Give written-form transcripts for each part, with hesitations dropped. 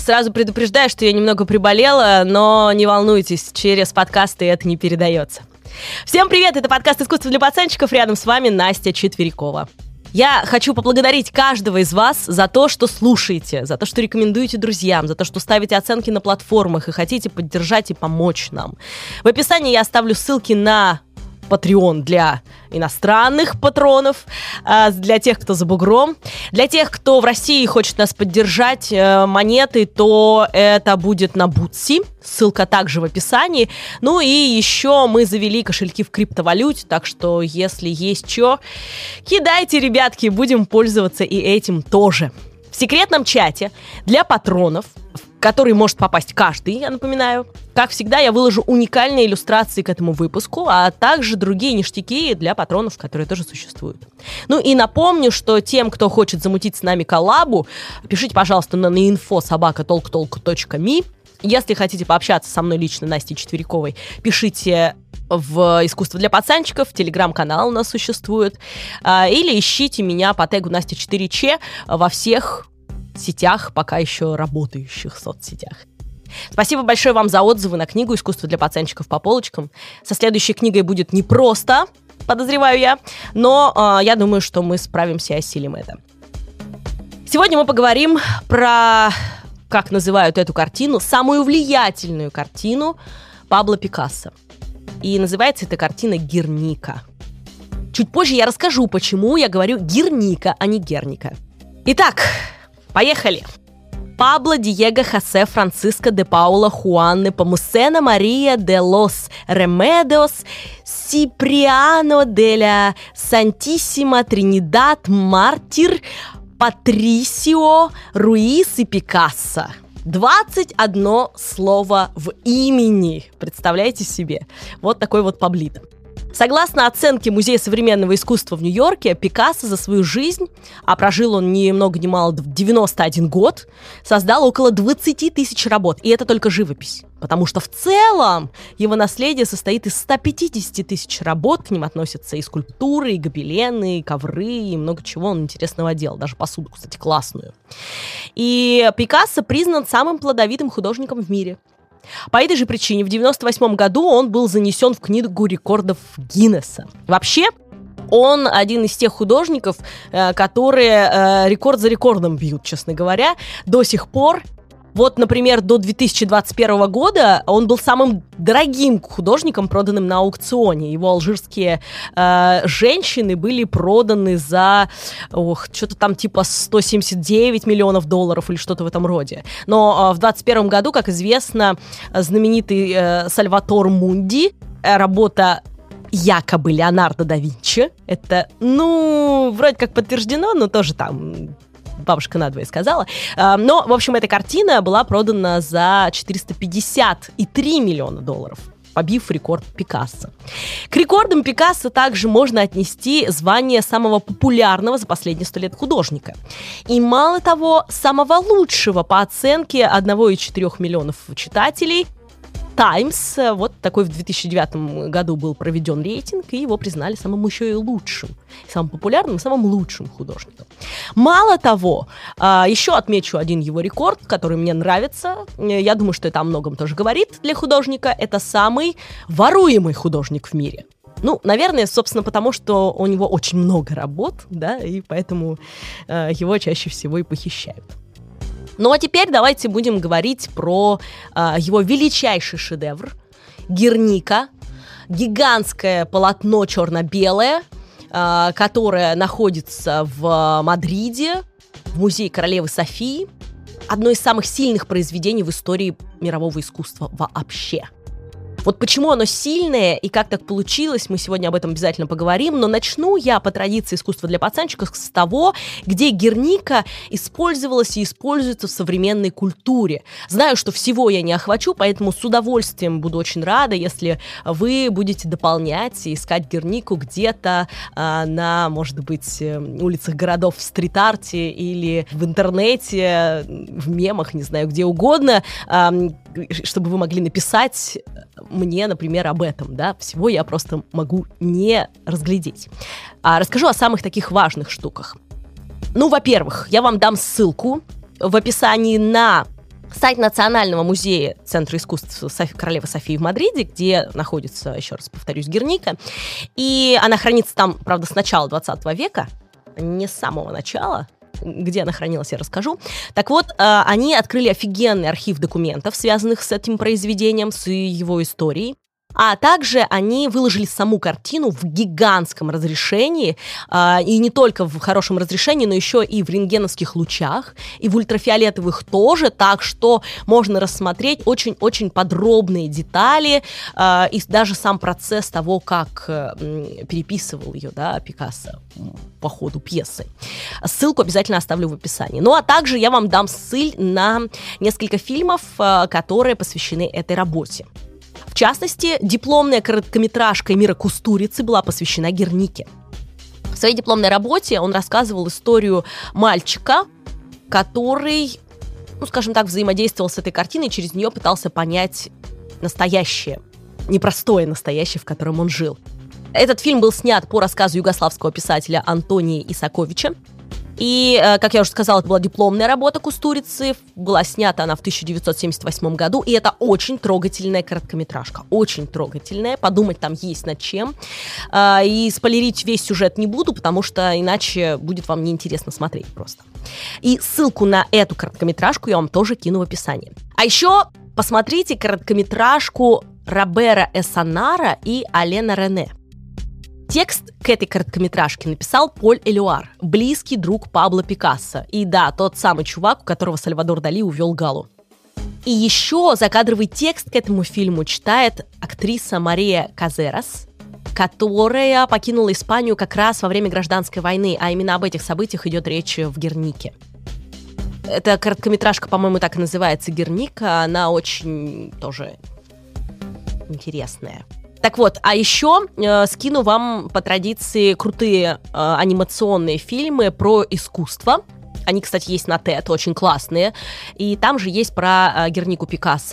Сразу предупреждаю, что я немного приболела, но не волнуйтесь, через подкасты это не передается. Всем привет, это подкаст «Искусство для пацанчиков», рядом с вами Настя Четверякова. Я хочу поблагодарить каждого из вас за то, что слушаете, за то, что рекомендуете друзьям, за то, что ставите оценки на платформах и хотите поддержать и помочь нам. В описании я оставлю ссылки на Patreon для иностранных патронов, для тех, кто за бугром. Для тех, кто в России хочет нас поддержать монетой, то это будет на Бутси. Ссылка также в описании. Ну и еще мы завели кошельки в криптовалюте, так что если есть что, кидайте, ребятки, будем пользоваться и этим тоже. В секретном чате для патронов, в который может попасть каждый, я напоминаю, как всегда, я выложу уникальные иллюстрации к этому выпуску, а также другие ништяки для патронов, которые тоже существуют. Ну и напомню, что тем, кто хочет замутить с нами коллабу, пишите, пожалуйста, на info@talktalk.me. Если хотите пообщаться со мной лично, Настей Четверяковой, пишите в «Искусство для пацанчиков», телеграм-канал у нас существует, или ищите меня по тегу Настя 4Ч во всех сетях, пока еще работающих соцсетях. Спасибо большое вам за отзывы на книгу «Искусство для пацанчиков по полочкам». Со следующей книгой будет непросто, подозреваю я, но я думаю, что мы справимся и осилим это. Сегодня мы поговорим про, как называют эту картину, самую влиятельную картину Пабло Пикассо. И называется эта картина «Герника». Чуть позже я расскажу, почему я говорю «Герника», а не «Герника». Итак, поехали! Пабло Диего Хосе Франциско де Паула Хуан Непомусена Мария де лос Ремедиос Сиприано де ла Сантиссима Тринидад Мартир Патрисио Руис и Пикассо. 21 слово в имени. Представляете себе? Вот такой вот паблито. Согласно оценке Музея современного искусства в Нью-Йорке, Пикассо за свою жизнь, а прожил он ни много ни мало 91 год, создал около 20 тысяч работ. И это только живопись. Потому что в целом его наследие состоит из 150 тысяч работ. К ним относятся и скульптуры, и гобелены, и ковры, и много чего он интересного делал. Даже посуду, кстати, классную. И Пикассо признан самым плодовитым художником в мире. По этой же причине в 1998 году он был занесен в книгу рекордов Гиннесса. Вообще, он один из тех художников, которые рекорд за рекордом бьют, честно говоря, до сих пор. Вот, например, до 2021 года он был самым дорогим художником, проданным на аукционе. Его алжирские женщины были проданы за, что-то там типа 179 миллионов долларов или что-то в этом роде. Но в 2021 году, как известно, знаменитый Сальватор Мунди, работа якобы Леонардо да Винчи, это, вроде как подтверждено, но тоже там... бабушка надвое сказала. Но, в общем, эта картина была продана за 453 миллиона долларов, побив рекорд Пикассо. К рекордам Пикассо также можно отнести звание самого популярного за последние 100 лет художника. И мало того, самого лучшего по оценке 1,4 миллионов читателей. Times, вот такой в 2009 году был проведен рейтинг, и его признали самым еще и лучшим, самым популярным и самым лучшим художником. Мало того, еще отмечу один его рекорд, который мне нравится. Я думаю, что это о многом тоже говорит для художника. Это самый воруемый художник в мире. Наверное, собственно, потому что у него очень много работ, да, и поэтому его чаще всего и похищают. Ну а теперь давайте будем говорить про его величайший шедевр «Герника». Гигантское полотно черно-белое, которое находится в Мадриде, в музее королевы Софии. Одно из самых сильных произведений в истории мирового искусства вообще. Вот почему оно сильное и как так получилось, мы сегодня об этом обязательно поговорим, но начну я по традиции искусства для пацанчиков с того, где Герника использовалась и используется в современной культуре. Знаю, что всего я не охвачу, поэтому с удовольствием буду очень рада, если вы будете дополнять и искать Гернику где-то на, может быть, улицах городов в стрит-арте или в интернете, в мемах, не знаю, где угодно, чтобы вы могли написать мне, например, об этом, да, всего я просто могу не разглядеть. Расскажу о самых таких важных штуках. Во-первых, я вам дам ссылку в описании на Сайт Национального музея Центра искусств королевы Софии в Мадриде, где находится, еще раз повторюсь, Герника. И она хранится там, правда, с начала 20 века, не с самого начала. Где она хранилась, я расскажу. Так вот, они открыли офигенный архив документов, связанных с этим произведением, с его историей. А также они выложили саму картину в гигантском разрешении, и не только в хорошем разрешении, но еще и в рентгеновских лучах, и в ультрафиолетовых тоже, так что можно рассмотреть очень-очень подробные детали, и даже сам процесс того, как переписывал ее, да, Пикассо по ходу пьесы. Ссылку обязательно оставлю в описании. Ну, а также я вам дам ссыль на несколько фильмов, которые посвящены этой работе. В частности, дипломная короткометражка Эмира Кустурицы была посвящена Гернике. В своей дипломной работе он рассказывал историю мальчика, который, скажем так, взаимодействовал с этой картиной и через нее пытался понять настоящее, непростое настоящее, в котором он жил. Этот фильм был снят по рассказу югославского писателя Антонии Исаковича. И, как я уже сказала, это была дипломная работа Кустурицы, была снята она в 1978 году, и это очень трогательная короткометражка, очень трогательная, подумать там есть над чем. И спойлерить весь сюжет не буду, потому что иначе будет вам неинтересно смотреть просто. И ссылку на эту короткометражку я вам тоже кину в описании. А еще посмотрите короткометражку Робера Эссанара и Алена Рене. Текст к этой короткометражке написал Поль Элюар, близкий друг Пабло Пикассо. И да, тот самый чувак, у которого Сальвадор Дали увел Галу. И еще закадровый текст к этому фильму читает актриса Мария Казерас, которая покинула Испанию как раз во время гражданской войны, а именно об этих событиях идет речь в Гернике. Эта короткометражка, по-моему, так и называется, Герника, она очень тоже интересная. Так вот, а еще скину вам по традиции крутые анимационные фильмы про искусство. Они, кстати, есть на TED, очень классные. И там же есть про Гернику Пикассо.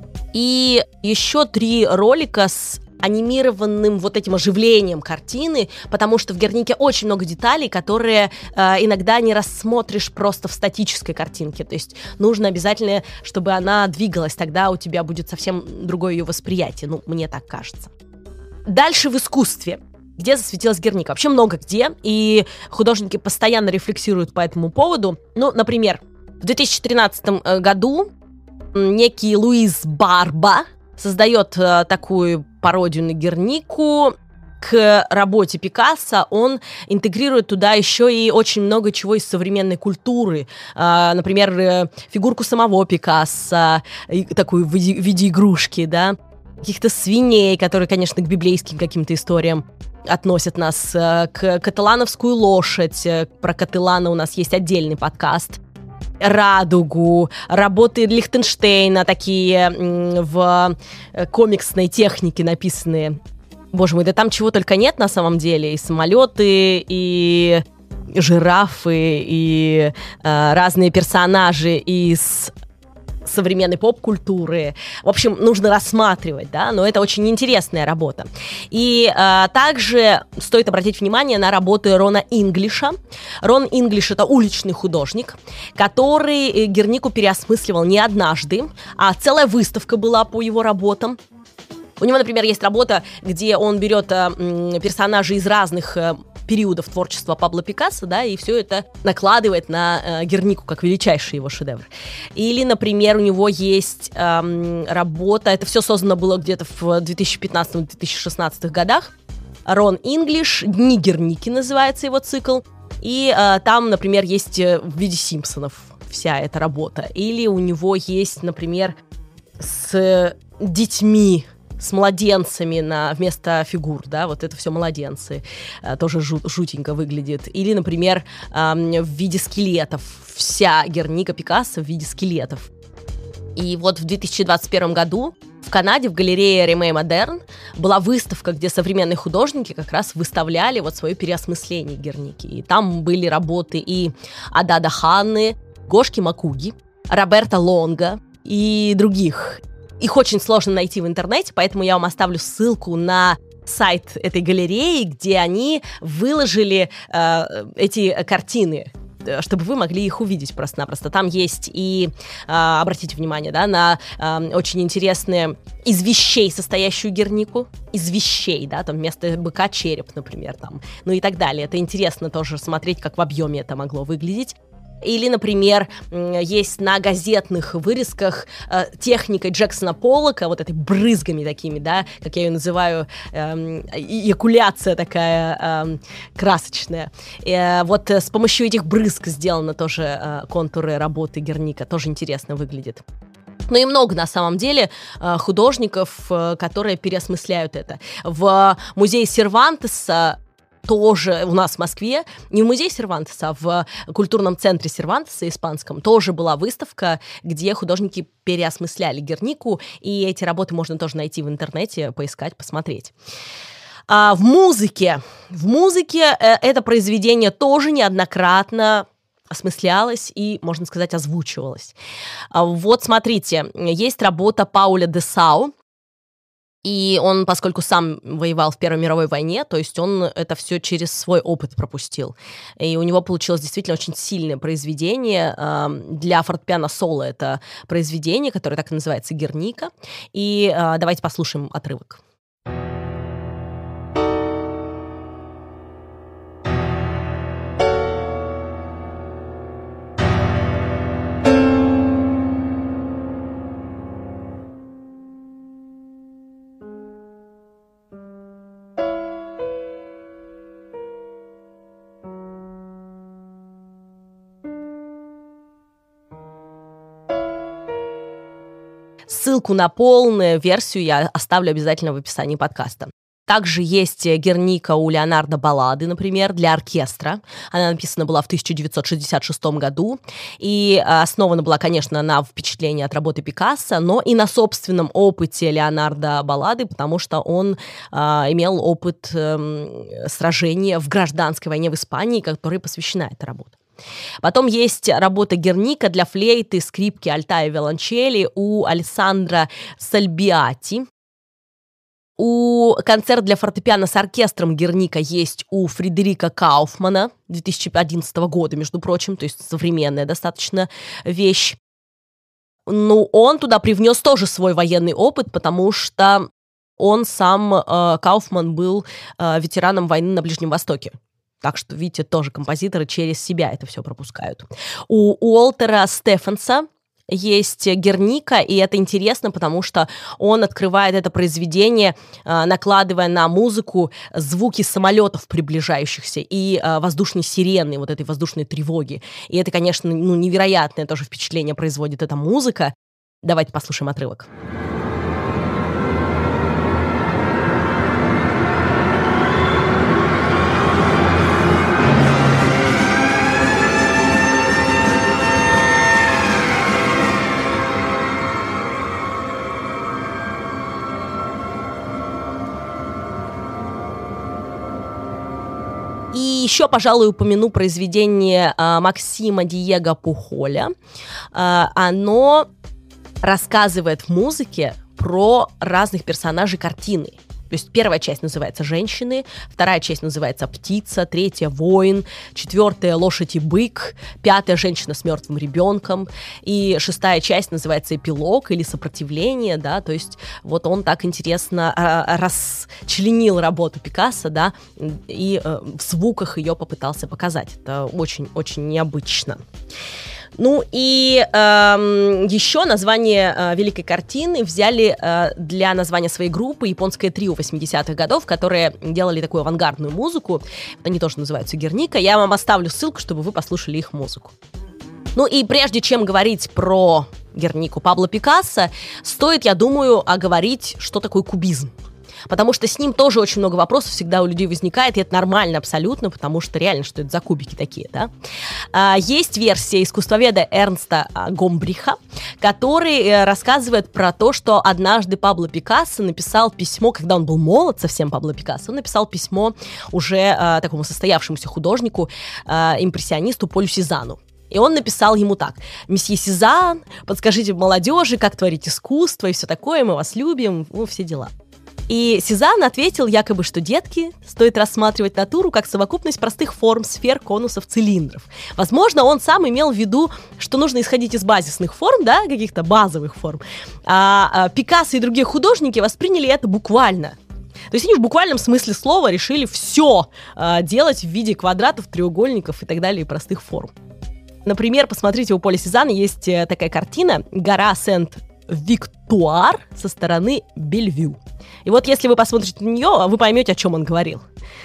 И еще 3 ролика с анимированным вот этим оживлением картины, потому что в Гернике очень много деталей, которые иногда не рассмотришь просто в статической картинке. То есть нужно обязательно, чтобы она двигалась, тогда у тебя будет совсем другое ее восприятие. Ну, мне так кажется. Дальше в искусстве. Где засветилась Герника? Вообще много где, и художники постоянно рефлексируют по этому поводу. Ну, например, в 2013 году некий Луис Барба создает такую пародию на Гернику. К работе Пикассо он интегрирует туда еще и очень много чего из современной культуры. Например, фигурку самого Пикассо, такую в виде игрушки, да, каких-то свиней, которые, конечно, к библейским каким-то историям относят нас, к каталановскую лошадь. Про Кателана у нас есть отдельный подкаст. Радугу, работы Лихтенштейна, такие в комиксной технике написанные. Боже мой, да там чего только нет на самом деле. И самолеты, и жирафы, и разные персонажи из современной поп-культуры. В общем, нужно рассматривать, да, но это очень интересная работа. И также стоит обратить внимание на работы Рона Инглиша. Рон Инглиш — это уличный художник, который Гернику переосмысливал не однажды, а целая выставка была по его работам. У него, например, есть работа, где он берет персонажей из разных периодов творчества Пабло Пикассо, да, и все это накладывает на Гернику как величайший его шедевр. Или, например, у него есть работа, это все создано было где-то в 2015-2016 годах, Рон Инглиш, «Дни Герники» называется его цикл, и там, например, есть в виде Симпсонов вся эта работа. Или у него есть, например, с детьми, с младенцами вместо фигур, да, вот это все младенцы, тоже жутенько выглядит. Или, например, в виде скелетов, вся Герника Пикассо в виде скелетов. И вот в 2021 году в Канаде в галерее Ремей Модерн была выставка, где современные художники как раз выставляли вот свое переосмысление Герники. И там были работы и Адада Ханны, Гошки Макуги, Роберто Лонго и других. Их очень сложно найти в интернете, поэтому я вам оставлю ссылку на сайт этой галереи, где они выложили эти картины чтобы вы могли их увидеть просто-напросто. Там есть и, обратите внимание, да, на очень интересные из вещей состоящую Гернику, из вещей, да, там вместо быка череп, например, там, ну и так далее. Это интересно тоже смотреть, как в объеме это могло выглядеть. Или, например, есть на газетных вырезках техника Джексона Поллока, вот этой брызгами такими, да, как я ее называю, эякуляция такая красочная. Вот с помощью этих брызг сделаны тоже контуры работы Герника, тоже интересно выглядит. Ну и много, на самом деле, художников, которые переосмысляют это. В музее Сервантеса тоже у нас в Москве, не в музее Сервантеса, а в культурном центре Сервантеса испанском тоже была выставка, где художники переосмысляли Гернику, и эти работы можно тоже найти в интернете, поискать, посмотреть. В музыке это произведение тоже неоднократно осмыслялось и, можно сказать, озвучивалось. Вот смотрите, есть работа Пауля де Сау, и он, поскольку сам воевал в Первой мировой войне, то есть он это все через свой опыт пропустил. И у него получилось действительно очень сильное произведение. Для фортепиано-соло это произведение, которое так и называется «Герника». И давайте послушаем отрывок. Ссылку на полную версию я оставлю обязательно в описании подкаста. Также есть Герника у Леонардо Баллады, например, для оркестра. Она написана была в 1966 году и основана была, конечно, на впечатлении от работы Пикассо, но и на собственном опыте Леонардо Баллады, потому что он имел опыт сражения в гражданской войне в Испании, которой посвящена эта работа. Потом есть работа Герника для флейты, скрипки, альта и виолончели у Алессандро Сальбиати. Концерт для фортепиано с оркестром Герника есть у Фредерика Кауфмана 2011 года, между прочим, то есть современная достаточно вещь. Ну, он туда привнес тоже свой военный опыт, потому что он сам, Кауфман, был ветераном войны на Ближнем Востоке. Так что, видите, тоже композиторы через себя это все пропускают. У Уолтера Стефенса есть Герника, и это интересно, потому что он открывает это произведение, накладывая на музыку звуки самолетов приближающихся и воздушной сирены, вот этой воздушной тревоги. И это, конечно, невероятное тоже впечатление производит эта музыка. Давайте послушаем отрывок. И еще, пожалуй, упомяну произведение Максима Диего Пухоля. Оно рассказывает в музыке про разных персонажей картины. То есть первая часть называется «Женщины», вторая часть называется «Птица», третья «Воин», четвертая «Лошадь и бык», пятая «Женщина с мертвым ребенком», и шестая часть называется «Эпилог» или «Сопротивление», да, то есть вот он так интересно расчленил работу Пикассо, да, и в звуках ее попытался показать. Это очень-очень необычно. Ну и еще название великой картины взяли для названия своей группы японское трио 80-х годов, которые делали такую авангардную музыку. Они тоже называются Герника. Я вам оставлю ссылку, чтобы вы послушали их музыку. Ну и прежде чем говорить про Гернику Пабло Пикассо, стоит, я думаю, оговорить, что такое кубизм. Потому что с ним тоже очень много вопросов всегда у людей возникает, и это нормально абсолютно, потому что реально, что это за кубики такие, да? Есть версия искусствоведа Эрнста Гомбриха, который рассказывает про то, что однажды Пабло Пикассо написал письмо, когда он был молод совсем, Пабло Пикассо, он написал письмо уже такому состоявшемуся художнику, импрессионисту Полю Сезану. И он написал ему так: «Месье Сезанн, подскажите молодежи, как творить искусство и все такое, мы вас любим, ну, все дела». И Сезанн ответил якобы, что, детки, стоит рассматривать натуру как совокупность простых форм, сфер, конусов, цилиндров. Возможно, он сам имел в виду, что нужно исходить из базисных форм, да, каких-то базовых форм. А Пикассо и другие художники восприняли это буквально. То есть они в буквальном смысле слова решили все делать в виде квадратов, треугольников и так далее, и простых форм. Например, посмотрите, у Поля Сезанна есть такая картина «Гора Сент-Виктуар» со стороны Бельвю. И вот если вы посмотрите на нее, вы поймете, о чем он говорил.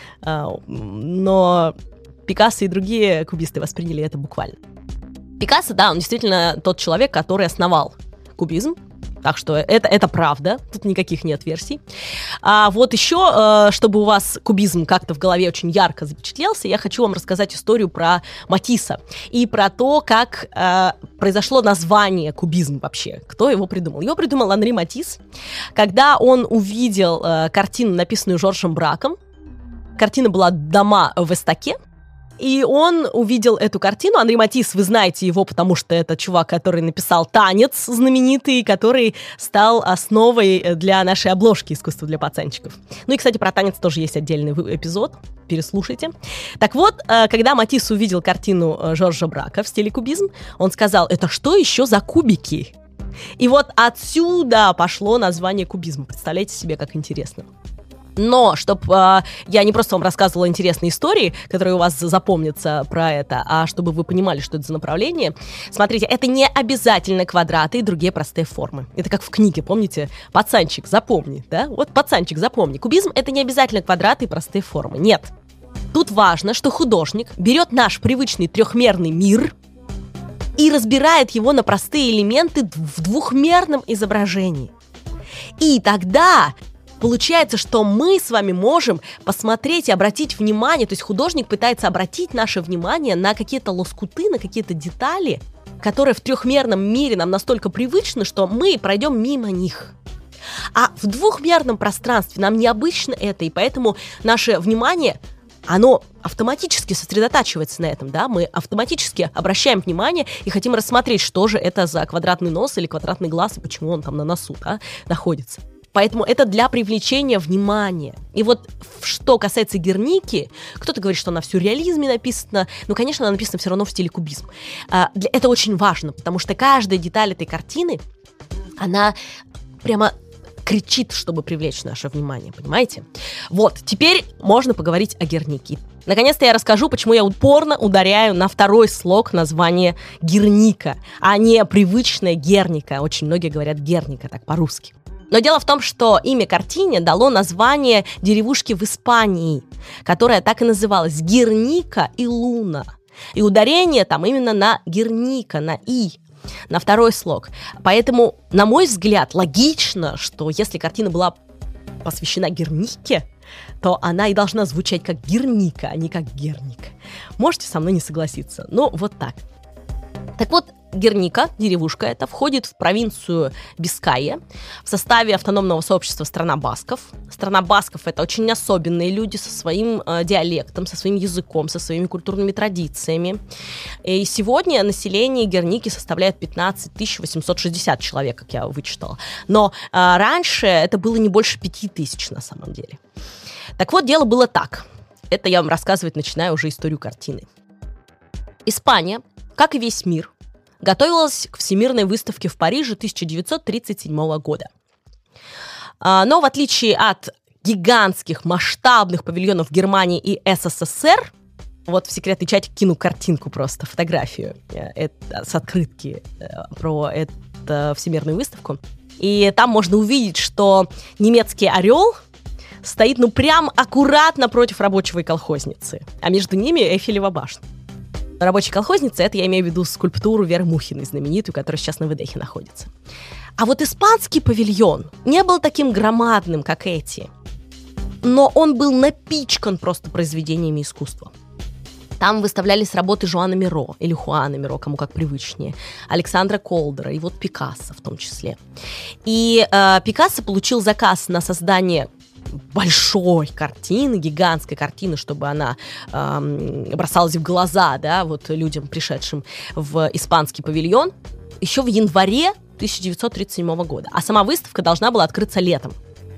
Но Пикассо и другие кубисты восприняли это буквально. Пикассо, да, он действительно тот человек, который основал кубизм. Так что это правда, тут никаких нет версий. А вот еще, чтобы у вас кубизм как-то в голове очень ярко запечатлелся, я хочу вам рассказать историю про Матисса и про то, как произошло название кубизм вообще. Кто его придумал? Его придумал Анри Матисс, когда он увидел картину, написанную Жоржем Браком. Картина была «Дома в Эстаке». И он увидел эту картину. Анри Матисс, вы знаете его, потому что это чувак, который написал «Танец» знаменитый, который стал основой для нашей обложки «Искусство для пацанчиков». Ну и, кстати, про «Танец» тоже есть отдельный эпизод, переслушайте. Так вот, когда Матисс увидел картину Жоржа Брака в стиле кубизм, он сказал: «Это что еще за кубики?» И вот отсюда пошло название кубизма. Представляете себе, как интересно. Но, чтобы я не просто вам рассказывала интересные истории, которые у вас запомнятся про это, а чтобы вы понимали, что это за направление, смотрите, это не обязательно квадраты и другие простые формы. Это как в книге, помните? «Пацанчик, запомни», да? Вот «Пацанчик, запомни». Кубизм — это не обязательно квадраты и простые формы. Нет. Тут важно, что художник берет наш привычный трехмерный мир и разбирает его на простые элементы в двухмерном изображении. И тогда получается, что мы с вами можем посмотреть и обратить внимание, то есть художник пытается обратить наше внимание на какие-то лоскуты, на какие-то детали, которые в трехмерном мире нам настолько привычны, что мы пройдем мимо них. А в двухмерном пространстве нам необычно это, и поэтому наше внимание, оно автоматически сосредотачивается на этом, да, мы автоматически обращаем внимание и хотим рассмотреть, что же это за квадратный нос или квадратный глаз, и почему он там на носу, да, находится. Поэтому это для привлечения внимания. И вот что касается Герники, кто-то говорит, что она в сюрреализме написана, но, конечно, она написана все равно в стиле кубизм. Это очень важно, потому что каждая деталь этой картины, она прямо кричит, чтобы привлечь наше внимание, понимаете? Вот, теперь можно поговорить о Гернике. Наконец-то я расскажу, почему я упорно ударяю на второй слог названия Герника, а не привычная Герника. Очень многие говорят Герника, так по-русски. Но дело в том, что имя картине дало название деревушки в Испании, которая так и называлась — Герника и Луна. И ударение там именно на Герника, на «и», на второй слог. Поэтому, на мой взгляд, логично, что если картина была посвящена Гернике, то она и должна звучать как Герника, а не как Герник. Можете со мной не согласиться, но вот так. Так вот, Герника, деревушка эта, входит в провинцию Бискайя в составе автономного сообщества «Страна Басков». Страна Басков — это очень особенные люди со своим диалектом, со своим языком, со своими культурными традициями. И сегодня население Герники составляет 15 860 человек, как я вычитала. Но раньше это было не больше 5000 на самом деле. Так вот, дело было так. Это я вам рассказывать начинаю уже историю картины. Испания, как и весь мир, готовилась к Всемирной выставке в Париже 1937 года. Но в отличие от гигантских масштабных павильонов Германии и СССР, вот в секретный чатик кину картинку просто, фотографию с открытки про эту Всемирную выставку, и там можно увидеть, что немецкий орел стоит прям аккуратно против рабочего и колхозницы, а между ними Эйфелева башня. Рабочей колхозницы — это я имею в виду скульптуру Веры Мухиной, знаменитую, которая сейчас на ВДХе находится. А вот испанский павильон не был таким громадным, как эти, но он был напичкан просто произведениями искусства. Там выставлялись работы Жуана Миро, или Хуана Миро, кому как привычнее, Александра Колдера и вот Пикассо в том числе. И Пикассо получил заказ на создание большой картины, гигантской картины, чтобы она бросалась в глаза, да, вот людям, пришедшим в испанский павильон, еще в январе 1937 года. А сама выставка должна была открыться летом.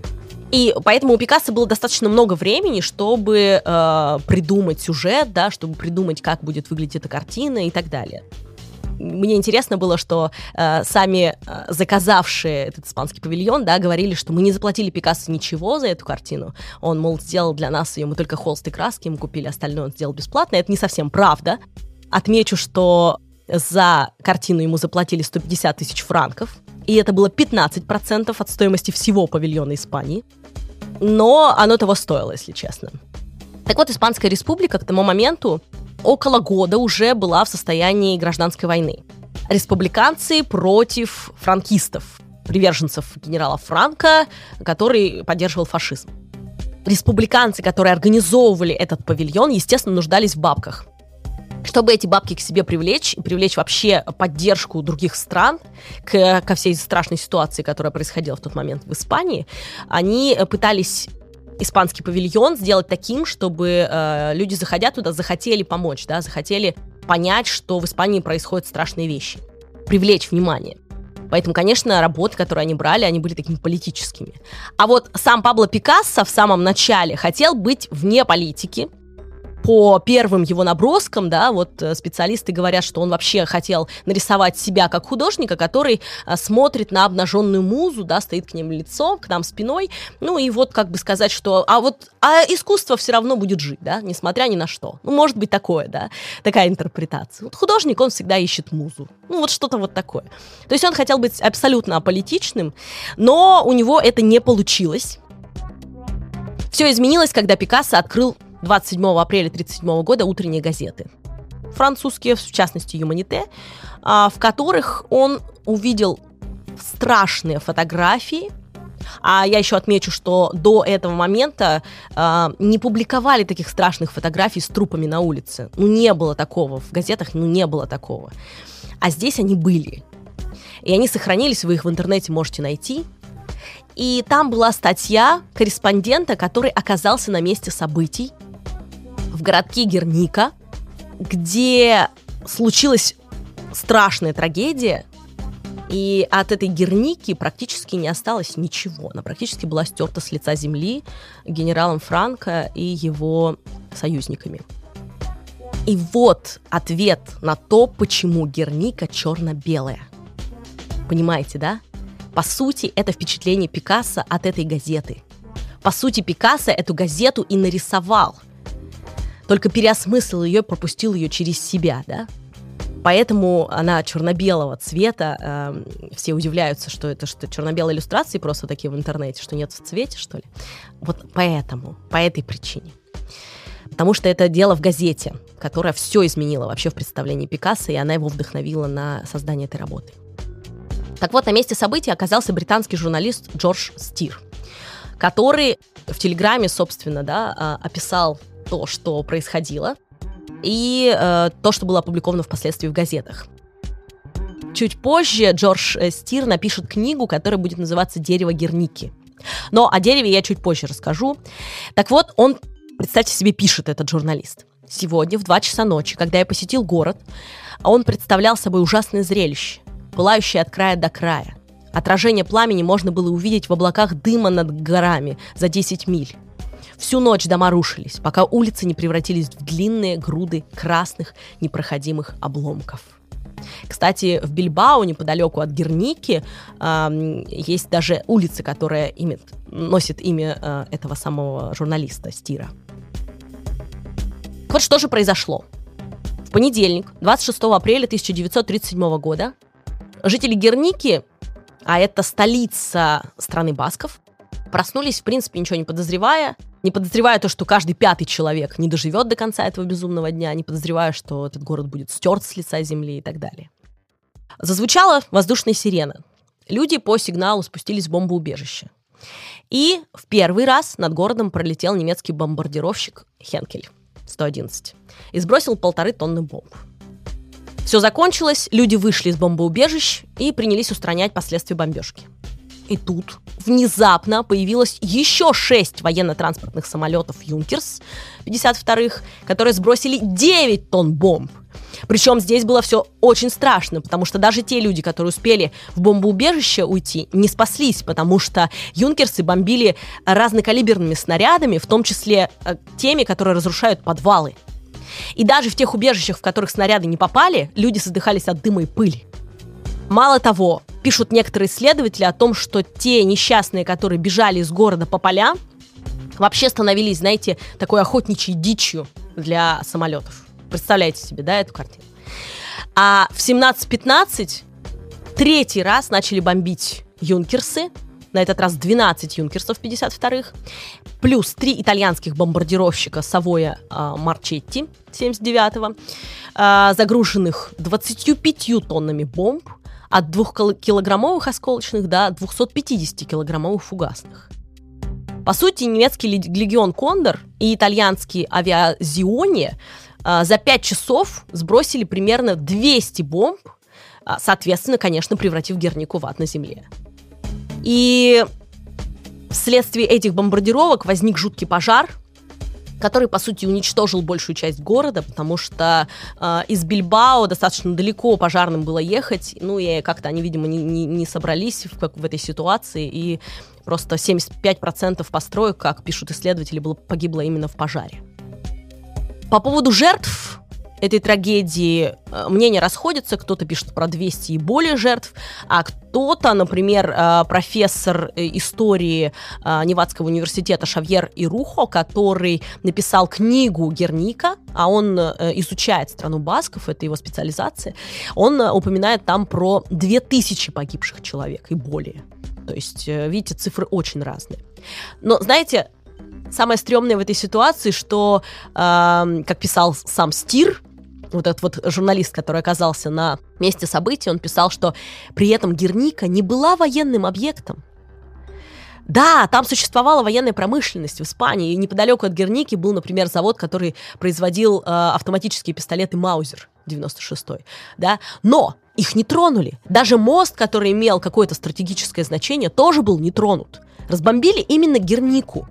И поэтому у Пикассо было достаточно много времени, чтобы придумать сюжет, да, чтобы придумать, как будет выглядеть эта картина и так далее. Мне интересно было, что сами заказавшие этот испанский павильон, да, говорили, что мы не заплатили Пикассо ничего за эту картину. Он, мол, сделал для нас ее, мы только холст и краски ему купили, остальное он сделал бесплатно. Это не совсем правда. Отмечу, что за картину ему заплатили 150 тысяч франков, и это было 15% от стоимости всего павильона Испании. Но оно того стоило, если честно. Так вот, Испанская республика к тому моменту около года уже была в состоянии гражданской войны. Республиканцы против франкистов, приверженцев генерала Франко, который поддерживал фашизм. Республиканцы, которые организовывали этот павильон, естественно, нуждались в бабках. Чтобы эти бабки к себе привлечь, и привлечь вообще поддержку других стран ко всей страшной ситуации, которая происходила в тот момент в Испании, они пытались испанский павильон сделать таким, чтобы люди, заходя туда, захотели помочь, да, захотели понять, что в Испании происходят страшные вещи, привлечь внимание. Поэтому, конечно, работы, которые они брали, они были такими политическими. А вот сам Пабло Пикассо в самом начале хотел быть вне политики. По первым его наброскам, да, вот специалисты говорят, что он вообще хотел нарисовать себя как художника, который смотрит на обнаженную музу, да, стоит к ним лицом, к нам спиной, ну и вот как бы сказать, что а искусство все равно будет жить, да, несмотря ни на что. Ну, может быть такое, да, такая интерпретация. Вот художник, он всегда ищет музу. Ну, вот что-то вот такое. То есть он хотел быть абсолютно аполитичным, но у него это не получилось. Все изменилось, когда Пикассо открыл 27 апреля 1937 года утренние газеты. Французские, в частности, «Юманите», в которых он увидел страшные фотографии. А я еще отмечу, что до этого момента не публиковали таких страшных фотографий с трупами на улице. Ну, не было такого. В газетах, не было такого. А здесь они были. И они сохранились, вы их в интернете можете найти. И там была статья корреспондента, который оказался на месте событий в городке Герника, где случилась страшная трагедия, и от этой Герники практически не осталось ничего. Она практически была стерта с лица земли генералом Франко и его союзниками. И вот ответ на то, почему Герника черно-белая. Понимаете, да? По сути, это впечатление Пикассо от этой газеты. По сути, Пикассо эту газету и нарисовал. Только переосмыслил ее, пропустил ее через себя, да? Поэтому она черно-белого цвета. Все удивляются, что это черно-белые иллюстрации просто такие в интернете, что нет в цвете, что ли. Вот поэтому, по этой причине. Потому что это дело в газете, которая все изменила вообще в представлении Пикассо, и она его вдохновила на создание этой работы. Так вот, на месте событий оказался британский журналист Джордж Стир, который в Телеграме, собственно, да, описал то, что происходило, и то, что было опубликовано впоследствии в газетах. Чуть позже Джордж Стир напишет книгу, которая будет называться «Дерево Герники». Но о дереве я чуть позже расскажу. Так вот, он, представьте себе, пишет этот журналист. Сегодня в 2 часа ночи, когда я посетил город, он представлял собой ужасное зрелище, пылающее от края до края. Отражение пламени можно было увидеть в облаках дыма над горами за 10 миль. Всю ночь дома рушились, пока улицы не превратились в длинные груды красных непроходимых обломков. Кстати, в Бильбао, неподалеку от Герники, есть даже улица, которая носит имя этого самого журналиста Стира. Вот что же произошло. В понедельник, 26 апреля 1937 года, жители Герники, а это столица страны басков, проснулись, в принципе, ничего не подозревая то, что каждый 5-й человек не доживет до конца этого безумного дня, не подозревая, что этот город будет стерт с лица земли и так далее. Зазвучала воздушная сирена. Люди по сигналу спустились в бомбоубежище. И в первый раз над городом пролетел немецкий бомбардировщик Хенкель 111 и сбросил 1,5 тонны бомб. Все закончилось, люди вышли из бомбоубежищ и принялись устранять последствия бомбежки. И тут внезапно появилось еще 6 военно-транспортных самолетов «Юнкерс» 52-х, которые сбросили 9 тонн бомб. Причем здесь было все очень страшно, потому что даже те люди, которые успели в бомбоубежище уйти, не спаслись, потому что «Юнкерсы» бомбили разнокалиберными снарядами, в том числе теми, которые разрушают подвалы. И даже в тех убежищах, в которых снаряды не попали, люди задыхались от дыма и пыли. Мало того, пишут некоторые исследователи о том, что те несчастные, которые бежали из города по полям, вообще становились, знаете, такой охотничьей дичью для самолетов. Представляете себе, да, эту картину? А в 17-15 третий раз начали бомбить «Юнкерсы», на этот раз 12 «Юнкерсов» 52-х, плюс 3 итальянских бомбардировщика «Савоя Марчетти» 79-го, загруженных 25 тоннами бомб, от 2-килограммовых осколочных до 250-килограммовых фугасных. По сути, немецкий легион «Кондор» и итальянский авиазионе за 5 часов сбросили примерно 200 бомб, соответственно, конечно, превратив Гернику в ад на земле. И вследствие этих бомбардировок возник жуткий пожар, который, по сути, уничтожил большую часть города, потому что из Бильбао достаточно далеко пожарным было ехать, ну и как-то они, видимо, не собрались в этой ситуации, и просто 75% построек, как пишут исследователи, погибло именно в пожаре. По поводу жертв этой трагедии мнения расходятся. Кто-то пишет про 200 и более жертв, а кто-то, например, профессор истории Невадского университета Шавьер Ирухо, который написал книгу «Герника», а он изучает страну басков, это его специализация, он упоминает там про 2000 погибших человек и более. То есть, видите, цифры очень разные. Но, знаете, самое стрёмное в этой ситуации, что, как писал сам Стир, вот этот вот журналист, который оказался на месте событий, он писал, что при этом Герника не была военным объектом. Да, там существовала военная промышленность в Испании, и неподалеку от Герники был, например, завод, который производил автоматические пистолеты Маузер 96-й, да, но их не тронули. Даже мост, который имел какое-то стратегическое значение, тоже был не тронут. Разбомбили именно Гернику.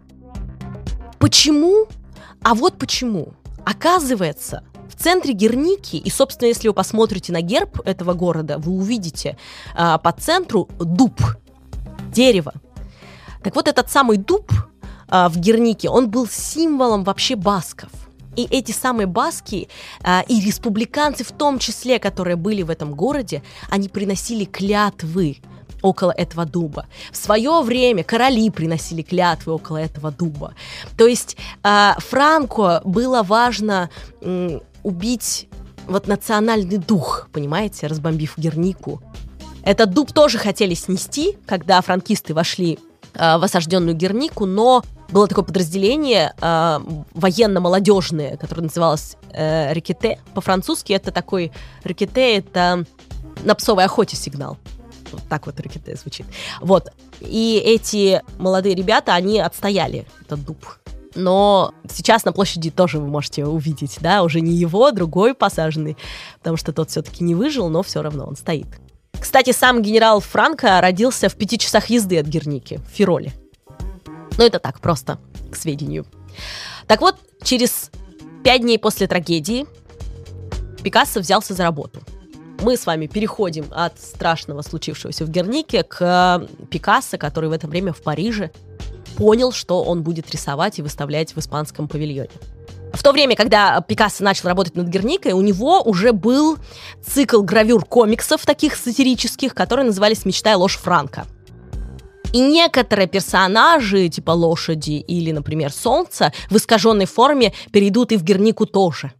Почему? А вот почему. Оказывается, в центре Герники, и, собственно, если вы посмотрите на герб этого города, вы увидите по центру дуб, дерево. Так вот, этот самый дуб в Гернике, он был символом вообще басков. И эти самые баски и республиканцы в том числе, которые были в этом городе, они приносили клятвы около этого дуба. В свое время короли приносили клятвы около этого дуба. То есть Франко было важно убить вот национальный дух, понимаете, разбомбив Гернику. Этот дуб тоже хотели снести, когда франкисты вошли в осажденную Гернику, но было такое подразделение военно-молодежное, которое называлось «Рекете». По-французски это такой «Рекете» — это на псовой охоте сигнал. Вот так вот «Рекете» звучит. Вот. И эти молодые ребята, они отстояли этот дуб. Но сейчас на площади тоже вы можете увидеть, да, уже не его, другой посаженный, потому что тот все-таки не выжил, но все равно он стоит. Кстати, сам генерал Франко родился в 5 часах езды от Герники, в Фироле. Ну, это так, просто к сведению. Так вот, через 5 дней после трагедии Пикассо взялся за работу. Мы с вами переходим от страшного случившегося в Гернике к Пикассо, который в это время в Париже понял, что он будет рисовать и выставлять в испанском павильоне. В то время, когда Пикассо начал работать над Герникой, у него уже был цикл гравюр комиксов, таких сатирических, которые назывались «Мечта и ложь Франко». И некоторые персонажи, типа лошади или, например, солнца, в искаженной форме перейдут и в Гернику тоже.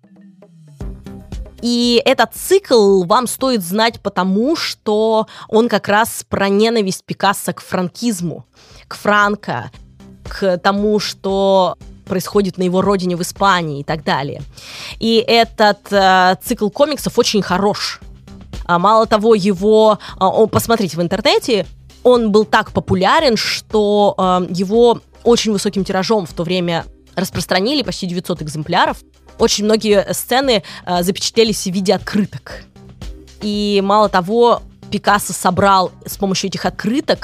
И этот цикл вам стоит знать потому, что он как раз про ненависть Пикассо к франкизму, к Франко, к тому, что происходит на его родине в Испании и так далее. И этот цикл комиксов очень хорош. Мало того, посмотрите в интернете, он был так популярен, что его очень высоким тиражом в то время распространили, почти 900 экземпляров. Очень многие сцены запечатлелись в виде открыток. И мало того, Пикассо собрал с помощью этих открыток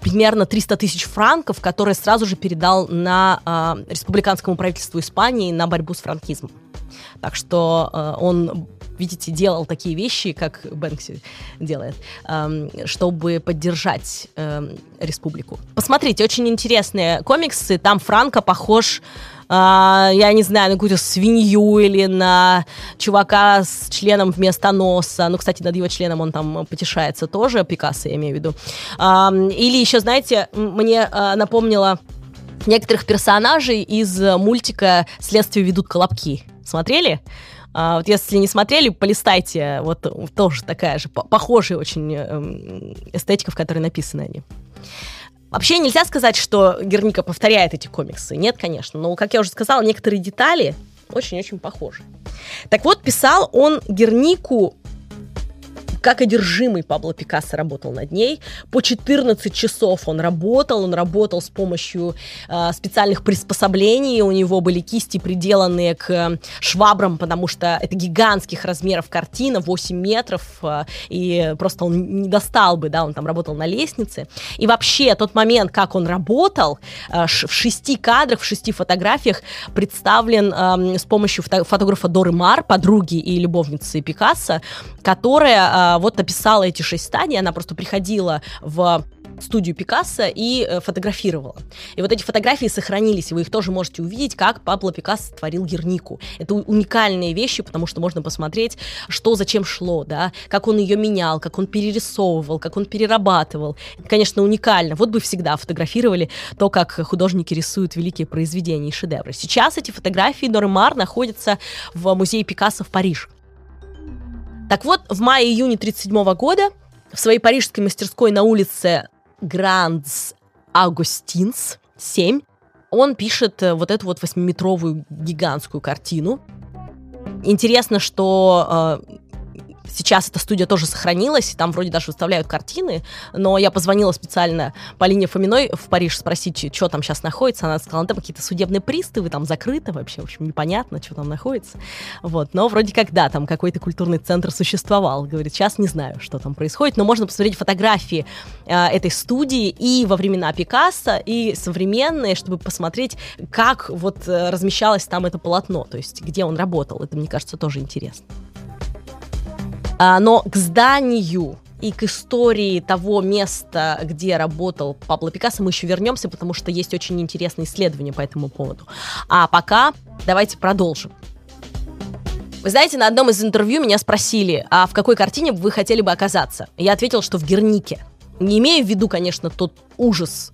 примерно 300 тысяч франков, которые сразу же передал на республиканскому правительству Испании на борьбу с франкизмом. Так что он, видите, делал такие вещи, как Бэнкси делает, чтобы поддержать республику. Посмотрите, очень интересные комиксы. Там Франко похож, я не знаю, на какую-то свинью или на чувака с членом вместо носа. Ну, кстати, над его членом он там потешается тоже, Пикассо, я имею в виду. Или еще, знаете, мне напомнило некоторых персонажей из мультика «Следствие ведут колобки». Смотрели? Вот если не смотрели, полистайте. Вот тоже такая же, похожая очень эстетика, в которой написаны они. Вообще нельзя сказать, что Герника повторяет эти комиксы. Нет, конечно. Но, как я уже сказала, некоторые детали очень-очень похожи. Так вот, писал он Гернику как одержимый. Пабло Пикассо работал над ней. По 14 часов он работал с помощью специальных приспособлений. У него были кисти, приделанные к швабрам, потому что это гигантских размеров картина, 8 метров, и просто он не достал бы, да, он там работал на лестнице. И вообще тот момент, как он работал, в 6 кадрах, в 6 фотографиях представлен с помощью фотографа Доры Мар, подруги и любовницы Пикассо, которая вот описала эти 6 стадий. Она просто приходила в студию Пикассо и фотографировала. И вот эти фотографии сохранились, и вы их тоже можете увидеть, как Пабло Пикассо творил Гернику. Это уникальные вещи, потому что можно посмотреть, что зачем шло, да, как он ее менял, как он перерисовывал, как он перерабатывал. Это, конечно, уникально. Вот бы всегда фотографировали то, как художники рисуют великие произведения и шедевры. Сейчас эти фотографии Доры Мар находятся в музее Пикассо в Париже. Так вот, в мае-июне 1937 года в своей парижской мастерской на улице Грандс Аугустинс 7 он пишет вот эту вот 8-метровую гигантскую картину. Интересно, что сейчас эта студия тоже сохранилась, там вроде даже выставляют картины, но я позвонила специально Полине Фоминой в Париж спросить, что там сейчас находится. Она сказала, там какие-то судебные приставы, там закрыто вообще, в общем, непонятно, что там находится. Вот. Но вроде как, да, там какой-то культурный центр существовал. Говорит, сейчас не знаю, что там происходит, но можно посмотреть фотографии этой студии и во времена Пикассо, и современные, чтобы посмотреть, как вот размещалось там это полотно, то есть где он работал. Это, мне кажется, тоже интересно. Но к зданию и к истории того места, где работал Пабло Пикассо, мы еще вернемся, потому что есть очень интересные исследования по этому поводу. А пока давайте продолжим. Вы знаете, на одном из интервью меня спросили, а в какой картине вы хотели бы оказаться? Я ответила, что в Гернике. Не имея в виду, конечно, тот ужас,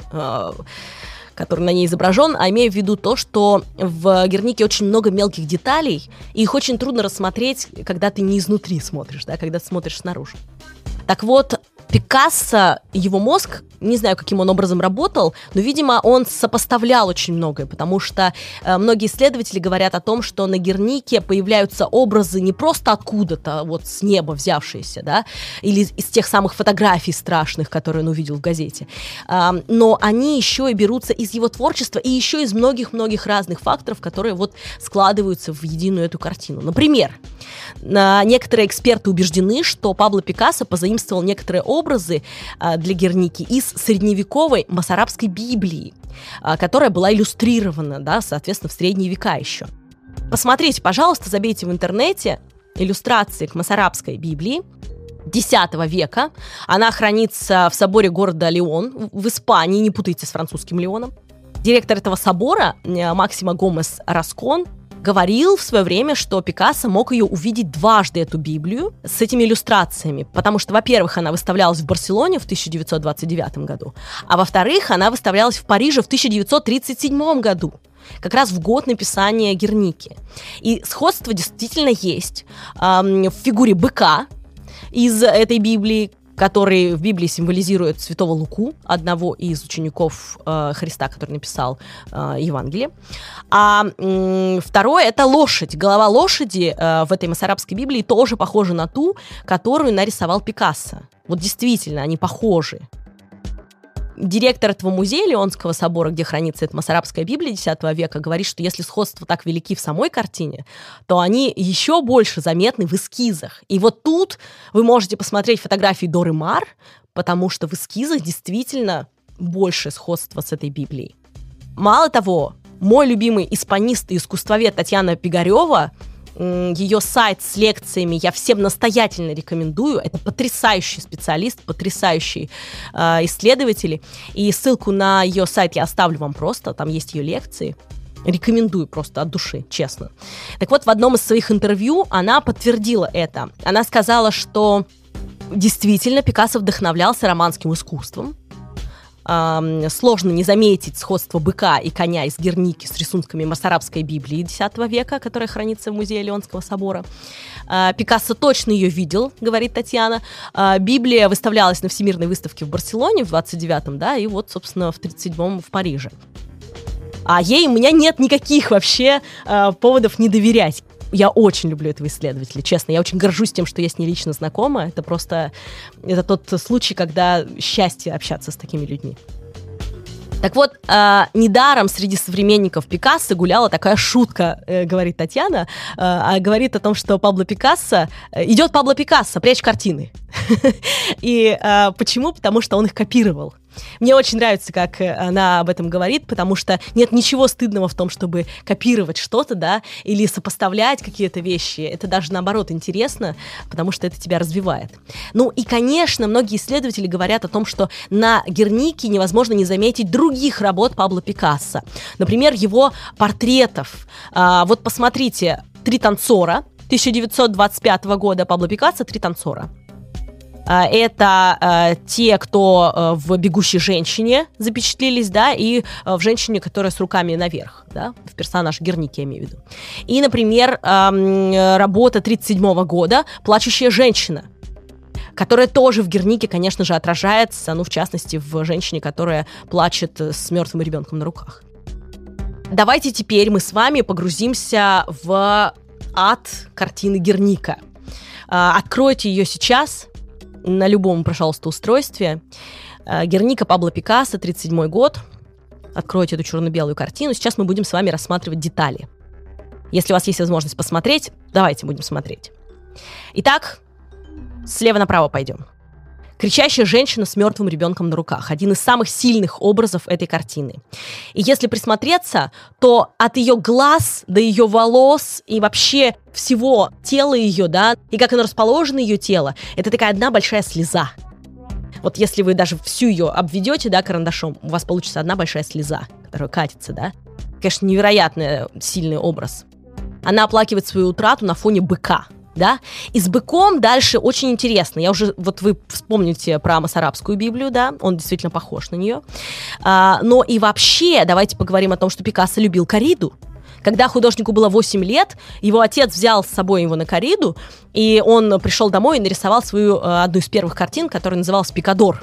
который на ней изображен, а имея в виду то, что в Гернике очень много мелких деталей, и их очень трудно рассмотреть, когда ты не изнутри смотришь, да, когда ты смотришь снаружи. Так вот, Пикассо, его мозг, не знаю, каким он образом работал, но, видимо, он сопоставлял очень многое, потому что многие исследователи говорят о том, что на Гернике появляются образы не просто откуда-то, вот с неба взявшиеся, да, или из тех самых фотографий страшных, которые он увидел в газете, но они еще и берутся из его творчества и еще из многих-многих разных факторов, которые вот складываются в единую эту картину. Например, некоторые эксперты убеждены, что Пабло Пикассо позаимствовал некоторые образы для Герники из средневековой Моссарабской Библии, которая была иллюстрирована, да, соответственно, в средние века еще. Посмотрите, пожалуйста, забейте в интернете иллюстрации к Моссарабской Библии X века. Она хранится в соборе города Леон в Испании, не путайте с французским Леоном. Директор этого собора, Максимо Гомес Раскон, говорил в свое время, что Пикассо мог ее увидеть дважды, эту Библию, с этими иллюстрациями, потому что, во-первых, она выставлялась в Барселоне в 1929 году, а во-вторых, она выставлялась в Париже в 1937 году, как раз в год написания Герники. И сходство действительно есть в фигуре быка из этой Библии, который в Библии символизирует святого Луку, одного из учеников Христа, который написал Евангелие. А второе — это лошадь. Голова лошади в этой Моссарабской Библии тоже похожа на ту, которую нарисовал Пикассо. Вот действительно, они похожи. Директор этого музея Леонского собора, где хранится эта Моссарабская Библия X века, говорит, что если сходства так велики в самой картине, то они еще больше заметны в эскизах. И вот тут вы можете посмотреть фотографии Доры Мар, потому что в эскизах действительно большее сходство с этой Библией. Мало того, мой любимый испанист и искусствовед Татьяна Пигарева, ее сайт с лекциями я всем настоятельно рекомендую. Это потрясающий специалист, потрясающий исследователь. И ссылку на ее сайт я оставлю вам просто, там есть ее лекции. Рекомендую просто от души, честно. Так вот, в одном из своих интервью она подтвердила это. Она сказала, что действительно Пикассо вдохновлялся романским искусством. Сложно не заметить сходство быка и коня из Герники с рисунками Моссарабской Библии X века, которая хранится в музее Леонского собора. Пикассо точно ее видел, говорит Татьяна. Библия выставлялась на Всемирной выставке в Барселоне в 29-м, да, и вот, собственно, в 37-м в Париже. А ей у меня нет никаких вообще поводов не доверять. Я очень люблю этого исследователя, честно. Я очень горжусь тем, что я с ней лично знакома. Это тот случай, когда счастье общаться с такими людьми. Так вот, недаром среди современников Пикассо гуляла такая шутка, говорит Татьяна, говорит о том, что идет Пабло Пикассо, прячь картины. И почему? Потому что он их копировал. Мне очень нравится, как она об этом говорит, потому что нет ничего стыдного в том, чтобы копировать что-то, да, или сопоставлять какие-то вещи. Это даже, наоборот, интересно, потому что это тебя развивает. Ну и, конечно, многие исследователи говорят о том, что на Гернике невозможно не заметить других работ Пабло Пикассо. Например, его портретов. Вот посмотрите, «Три танцора» 1925 года Пабло Пикассо «Три танцора». Это те, кто в «Бегущей женщине» запечатлелись, да, и в «Женщине, которая с руками наверх», да, в персонаже Герники, я имею в виду. И, например, работа 1937 года «Плачущая женщина», которая тоже в Гернике, конечно же, отражается, ну, в частности, в женщине, которая плачет с мертвым ребенком на руках. Давайте теперь мы с вами погрузимся в ад картины Герника. Откройте ее сейчас на любом, пожалуйста, устройстве. Герника Пабло Пикассо, 1937 год. Откройте эту черно-белую картину. Сейчас мы будем с вами рассматривать детали. Если у вас есть возможность посмотреть, давайте будем смотреть. Итак, слева направо пойдем. Кричащая женщина с мертвым ребенком на руках. Один из самых сильных образов этой картины. И если присмотреться, то от ее глаз до ее волос и вообще всего тела ее, да, и как оно расположено, ее тело, это такая одна большая слеза. Вот если вы даже всю ее обведете, да, карандашом, у вас получится одна большая слеза, которая катится, да. Конечно, невероятно сильный образ. Она оплакивает свою утрату на фоне быка. Да? И с быком дальше очень интересно. Вот вы вспомните про Моссарабскую Библию, да, он действительно похож на нее. Но и вообще, давайте поговорим о том, что Пикассо любил корриду. Когда художнику было 8 лет, его отец взял с собой его на корриду, и он пришел домой и нарисовал свою одну из первых картин, которая называлась «Пикадор».